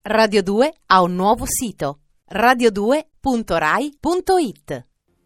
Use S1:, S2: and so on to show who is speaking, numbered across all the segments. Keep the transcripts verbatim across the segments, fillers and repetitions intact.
S1: Radio due ha un nuovo sito: radio due punto rai punto it.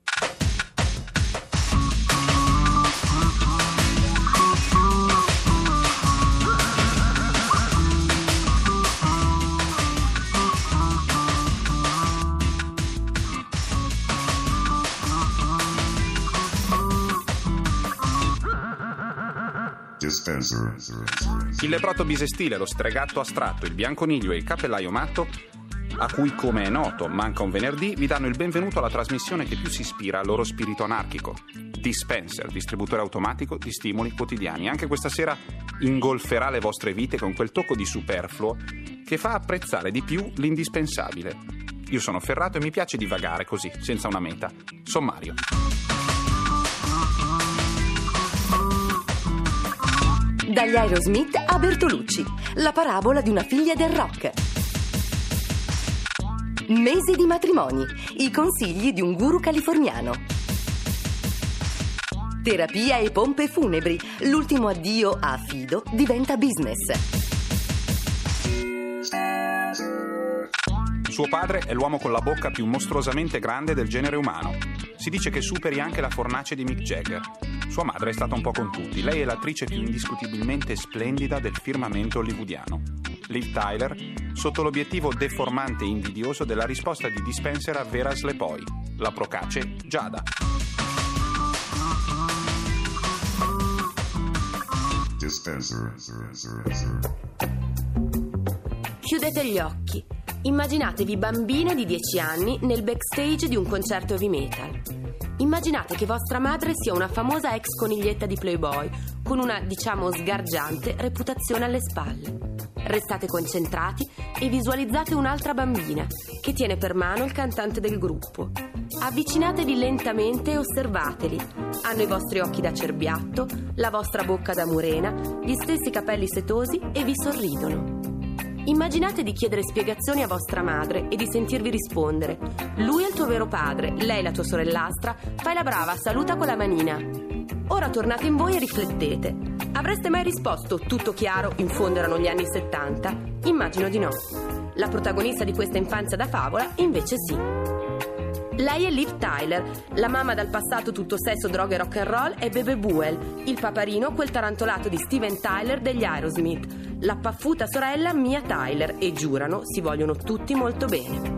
S2: Il leproto bisestile, lo stregatto astratto, il bianconiglio e il cappellaio matto, a cui, come è noto, manca un venerdì, vi danno il benvenuto alla trasmissione che più si ispira al loro spirito anarchico. Dispenser, distributore automatico di stimoli quotidiani. Anche questa sera ingolferà le vostre vite con quel tocco di superfluo che fa apprezzare di più l'indispensabile. Io sono Ferrato e mi piace divagare così, senza una meta. Sommario.
S3: Dagli Aerosmith a Bertolucci, la parabola di una figlia del rock. Mesi di matrimoni, i consigli di un guru californiano. Terapia e pompe funebri, l'ultimo addio a Fido diventa business.
S2: Suo padre è l'uomo con la bocca più mostruosamente grande del genere umano. Si dice che superi anche la fornace di Mick Jagger. Sua madre è stata un po' con tutti. Lei è l'attrice più indiscutibilmente splendida del firmamento hollywoodiano. Liv Tyler, sotto l'obiettivo deformante e invidioso della risposta di Dispenser a Vera Slepoi, la procace Giada.
S4: Chiudete gli occhi. Immaginatevi bambine di dieci anni nel backstage di un concerto heavy metal. Immaginate che vostra madre sia una famosa ex coniglietta di Playboy con una, diciamo, sgargiante reputazione alle spalle. Restate concentrati e visualizzate un'altra bambina che tiene per mano il cantante del gruppo. Avvicinatevi lentamente e osservateli. Hanno i vostri occhi da cerbiatto, la vostra bocca da murena, gli stessi capelli setosi e vi sorridono. Immaginate di chiedere spiegazioni a vostra madre e di sentirvi rispondere: lui è il tuo vero padre, lei la tua sorellastra, fai la brava, saluta con la manina. Ora tornate in voi e riflettete. Avreste mai risposto tutto chiaro, in fondo erano gli anni settanta? Immagino di no. La protagonista di questa infanzia da favola invece sì. Lei è Liv Tyler, la mamma dal passato tutto sesso, droga e rock and roll è Bebe Buell, il paparino quel tarantolato di Steven Tyler degli Aerosmith, la paffuta sorella Mia Tyler, e giurano si vogliono tutti molto bene.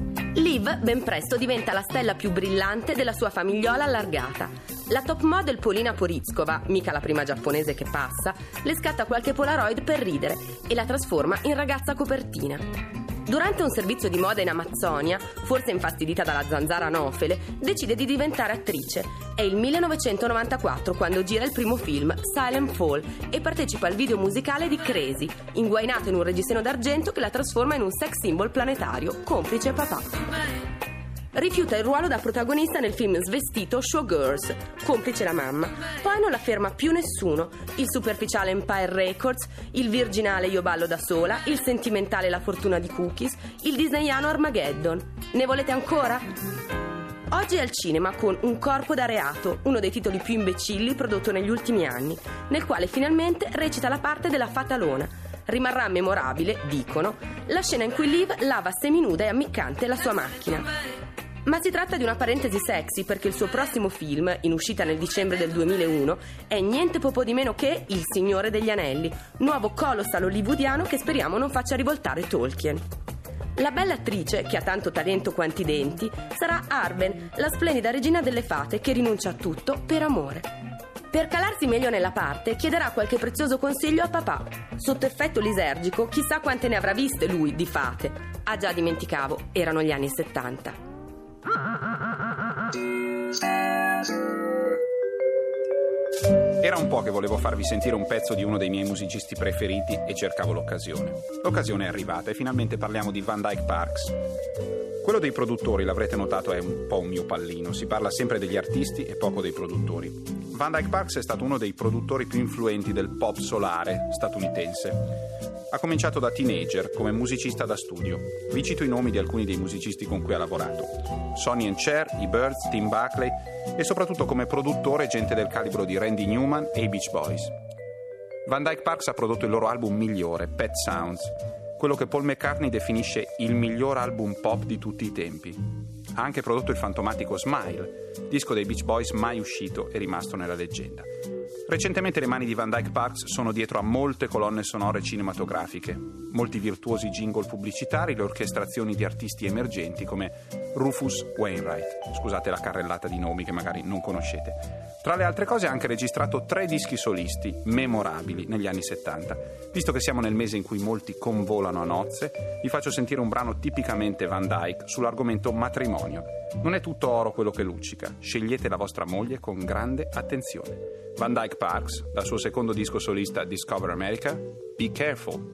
S4: Liv ben presto diventa la stella più brillante della sua famigliola allargata. La top model Polina Porizkova, mica la prima giapponese che passa, le scatta qualche polaroid per ridere e la trasforma in ragazza copertina. Durante un servizio di moda in Amazzonia, forse infastidita dalla zanzara anofele, decide di diventare attrice. È il millenovecentonovantaquattro quando gira il primo film, Silent Fall, e partecipa al video musicale di Crazy, inguainato in un reggiseno d'argento che la trasforma in un sex symbol planetario, complice papà. Rifiuta il ruolo da protagonista nel film svestito Showgirls, complice la mamma. Poi non la ferma più nessuno. Il superficiale Empire Records, il virginale Io ballo da sola, il sentimentale La fortuna di Cookies, il disneyano Armageddon. Ne volete ancora? Oggi è al cinema con Un corpo da reato, uno dei titoli più imbecilli prodotto negli ultimi anni, nel quale finalmente recita la parte della fatalona. Rimarrà memorabile, dicono, la scena in cui Liv lava seminuda e ammiccante la sua macchina. Ma si tratta di una parentesi sexy, perché il suo prossimo film, in uscita nel dicembre del duemilauno, è niente po' di meno che Il Signore degli Anelli, nuovo colossal hollywoodiano che speriamo non faccia rivoltare Tolkien. La bella attrice, che ha tanto talento quanti denti, sarà Arwen, la splendida regina delle fate che rinuncia a tutto per amore. Per calarsi meglio nella parte, chiederà qualche prezioso consiglio a papà. Sotto effetto lisergico, chissà quante ne avrà viste lui di fate. Ah già, dimenticavo, erano gli anni settanta.
S2: Era un po' che volevo farvi sentire un pezzo di uno dei miei musicisti preferiti e cercavo l'occasione. L'occasione è arrivata e finalmente parliamo di Van Dyke Parks. Quello dei produttori, l'avrete notato, è un po' un mio pallino. Si parla sempre degli artisti e poco dei produttori. Van Dyke Parks è stato uno dei produttori più influenti del pop solare statunitense. Ha cominciato da teenager come musicista da studio. Vi cito i nomi di alcuni dei musicisti con cui ha lavorato: Sonny and Cher, i Byrds, Tim Buckley, e soprattutto come produttore gente del calibro di Randy Newman e i Beach Boys. Van Dyke Parks ha prodotto il loro album migliore, Pet Sounds, quello che Paul McCartney definisce il miglior album pop di tutti i tempi. Ha anche prodotto il fantomatico Smile, disco dei Beach Boys mai uscito e rimasto nella leggenda. Recentemente le mani di Van Dyke Parks sono dietro a molte colonne sonore cinematografiche, molti virtuosi jingle pubblicitari, le orchestrazioni di artisti emergenti come Rufus Wainwright. Scusate la carrellata di nomi che magari non conoscete. Tra le altre cose ha anche registrato tre dischi solisti memorabili negli anni settanta. Visto che siamo nel mese in cui molti convolano a nozze, vi faccio sentire un brano tipicamente Van Dyke sull'argomento matrimonio. Non è tutto oro quello che luccica, scegliete la vostra moglie con grande attenzione. Van Dyke Parks, dal suo secondo disco solista Discover America, Be Careful.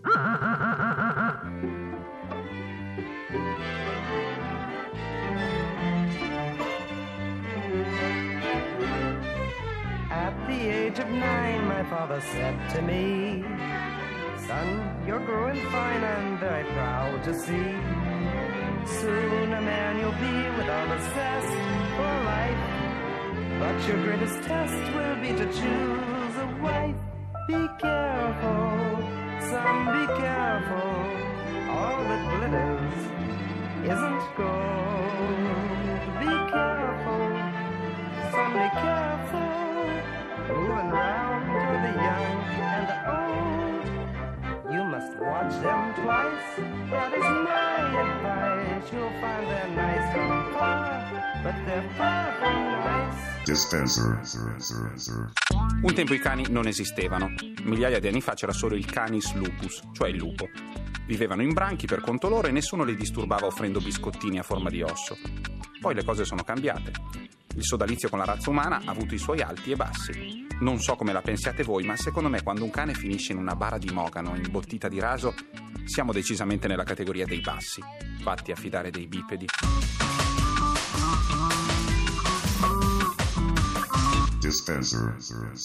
S5: At the age of nine, my father said to me, "Son, you're growing fine, I'm very proud to see. Soon a man you'll be with all the zest for life. But your greatest test will be to choose a wife. Be careful, son, be careful. All that glitters isn't gold. Be careful, son, be careful. Moving round to the young and the old. You must watch them twice. That is my advice. You'll find they're nice from far, but they're far from nice.
S6: Dispenser.
S2: Un tempo i cani non esistevano. Migliaia di anni fa c'era solo il Canis lupus, cioè il lupo. Vivevano in branchi per conto loro e nessuno li disturbava offrendo biscottini a forma di osso. Poi le cose sono cambiate. Il sodalizio con la razza umana ha avuto i suoi alti e bassi. Non so come la pensiate voi, ma secondo me quando un cane finisce in una bara di mogano imbottita di raso, siamo decisamente nella categoria dei bassi, fatti a fidare dei bipedi.
S6: Dispenser.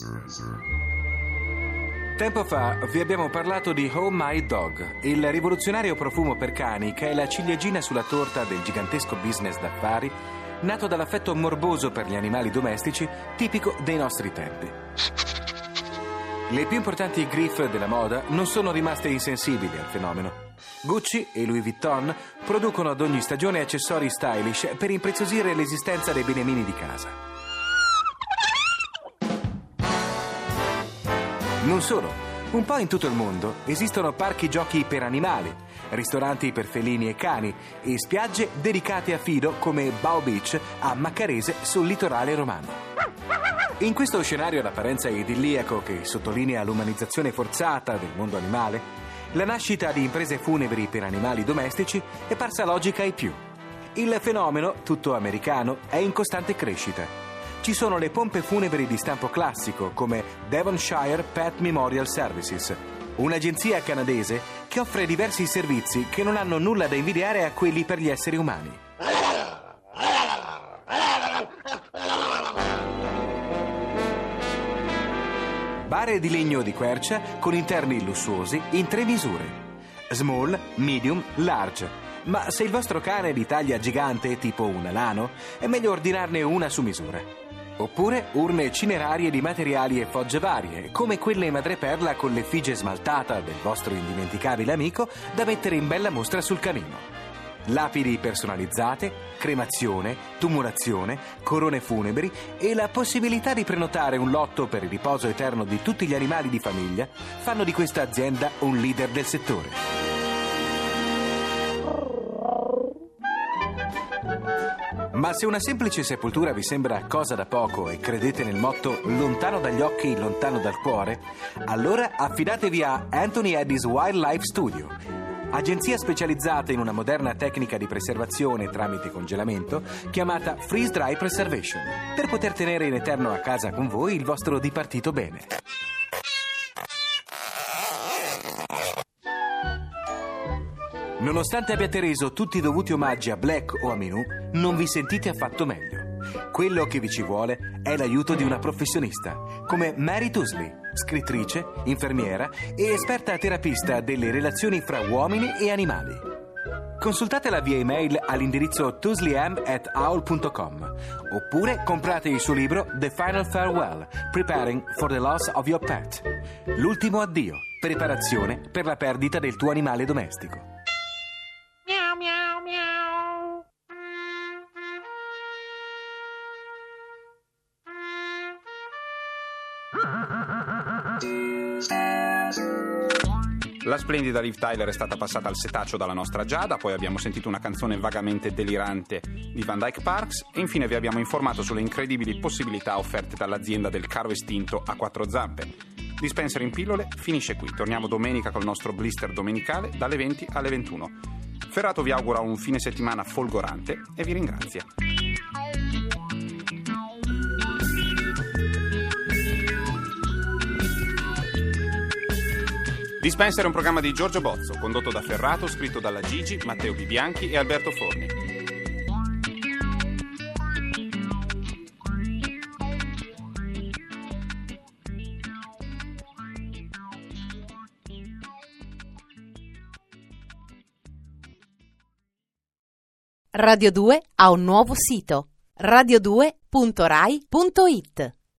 S7: Tempo fa vi abbiamo parlato di Oh My Dog, il rivoluzionario profumo per cani che è la ciliegina sulla torta del gigantesco business d'affari nato dall'affetto morboso per gli animali domestici tipico dei nostri tempi. Le più importanti griff della moda non sono rimaste insensibili al fenomeno. Gucci e Louis Vuitton producono ad ogni stagione accessori stylish per impreziosire l'esistenza dei beniamini di casa. Non solo, un po' in tutto il mondo esistono parchi giochi per animali, ristoranti per felini e cani e spiagge dedicate a fido come Bow Beach a Maccarese sul litorale romano. In questo scenario d'apparenza idilliaco che sottolinea l'umanizzazione forzata del mondo animale, la nascita di imprese funebri per animali domestici è parsa logica ai più. Il fenomeno, tutto americano, è in costante crescita. Ci sono le pompe funebri di stampo classico come Devonshire Pet Memorial Services, un'agenzia canadese che offre diversi servizi che non hanno nulla da invidiare a quelli per gli esseri umani. Bare di legno di quercia con interni lussuosi in tre misure: small, medium, large. Ma se il vostro cane è di taglia gigante tipo un alano, è meglio ordinarne una su misura. Oppure urne cinerarie di materiali e fogge varie, come quelle in madreperla con l'effigie smaltata del vostro indimenticabile amico da mettere in bella mostra sul camino. Lapidi personalizzate, cremazione, tumulazione, corone funebri e la possibilità di prenotare un lotto per il riposo eterno di tutti gli animali di famiglia fanno di questa azienda un leader del settore. Ma se una semplice sepoltura vi sembra cosa da poco e credete nel motto lontano dagli occhi, lontano dal cuore, allora affidatevi a Anthony Eddie's Wildlife Studio, agenzia specializzata in una moderna tecnica di preservazione tramite congelamento chiamata Freeze Dry Preservation, per poter tenere in eterno a casa con voi il vostro dipartito bene. Nonostante abbiate reso tutti i dovuti omaggi a Black o a Minù, non vi sentite affatto meglio. Quello che vi ci vuole è l'aiuto di una professionista, come Mary Tusley, scrittrice, infermiera e esperta terapista delle relazioni fra uomini e animali. Consultatela via email all'indirizzo tusleyam at owl punto com oppure comprate il suo libro The Final Farewell, Preparing for the Loss of Your Pet, l'ultimo addio. Preparazione per la perdita del tuo animale domestico.
S8: Miau miau miau.
S2: La splendida Liv Tyler è stata passata al setaccio dalla nostra Giada, poi abbiamo sentito una canzone vagamente delirante di Van Dyke Parks e infine vi abbiamo informato sulle incredibili possibilità offerte dall'azienda del caro estinto a quattro zampe. Dispenser in pillole finisce qui, torniamo domenica col nostro blister domenicale dalle venti alle ventuno. Ferrato vi augura un fine settimana folgorante e vi ringrazia. Dispenser è un programma di Giorgio Bozzo, condotto da Ferrato, scritto dalla Gigi, Matteo Bibianchi e Alberto Forni.
S1: Radio due ha un nuovo sito: radio due punto rai punto it.